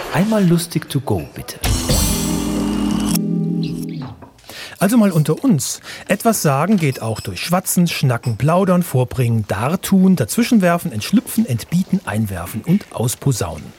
Einmal lustig to go, bitte. Also mal unter uns. Etwas sagen geht auch durch Schwatzen, Schnacken, Plaudern, Vorbringen, Dartun, Dazwischenwerfen, Entschlüpfen, Entbieten, Einwerfen und Ausposaunen.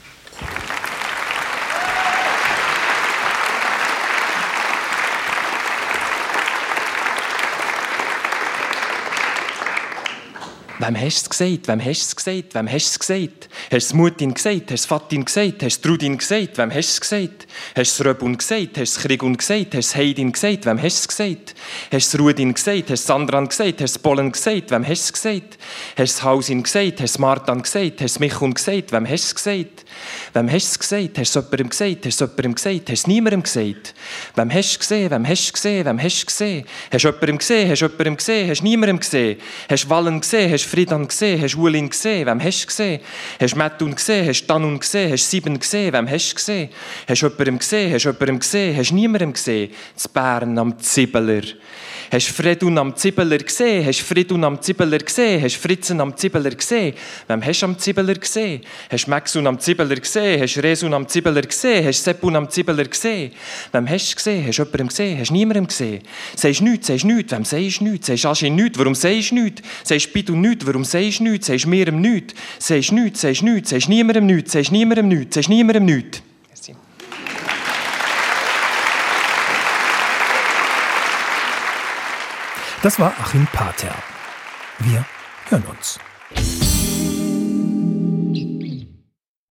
Wem hast du es gesagt? Wem hast du es gesagt? Wem hast du es gesagt? Hast du es Mutin gesagt? Hast du es Fatin gesagt? Hast du Trudin gesagt? Wem hast du es gesagt? Hast du es Röbun gesagt? Hast du es Krigun gesagt? Hast du es Heidin gesagt? Wem hast du es gesagt? Hast du es Rudin gesagt? Hast du es Sandran gesagt? Hast du es Bollen gesagt? Wem hast du es gesagt? Hast du es Hausin gesagt? Hast du es Martan gesagt? Hast du es Michun gesagt? Wem hast du es gesagt? Wem hast du es gesagt? Hast du es jemandem gesagt? Hast du es jemandem gesagt? Hast du es niemandem gesagt? Wem hast du gesehen? Wem hast du gesehen? Wem hast du gesehen? Hast du jemandem gesehen? Hast du jemandem gesehen? Hast du niemandem gesehen? Hast du Wallen gesehen? Hast du Friedan gesehen? Hast du Ulin gesehen? Wem hast du gesehen? Hast du Mettun gesehen? Hast du Tanun gesehen? Hast du Sieben gesehen? Wem hast du gesehen? Hast du jemandem gesehen? Hast du jemandem gesehen? Hast du niemandem gesehen? In Bern am Zibbeler. Hast du Fredun am Zibbeler gesehen? Hast du Fridun am Zibbeler gesehen? Hast du Fritzen am Zibbeler gesehen? Wem hast du am Zibbeler gesehen? Hast du Maxun am Zibbeler gesehen? Hast du Resun am Zibbeler gesehen? Hast du Seppun am Zibbeler gesehen? Wem hast du gesehen? Hast du jemandem gesehen? Hast du niemandem gesehen? Sagst nichts, sagst nichts. Wem sagst du nichts? Sagst Aschin nichts? Warum sagst du nichts? Sagst Bidun nichts? Warum sagst du nichts? Sagst mirem nichts? Sagst nichts, sagst nichts. Sagst niemandem nichts? Sagst niemandem nichts? Sagst niemandem nichts? Das war Achim Pater. Wir hören uns.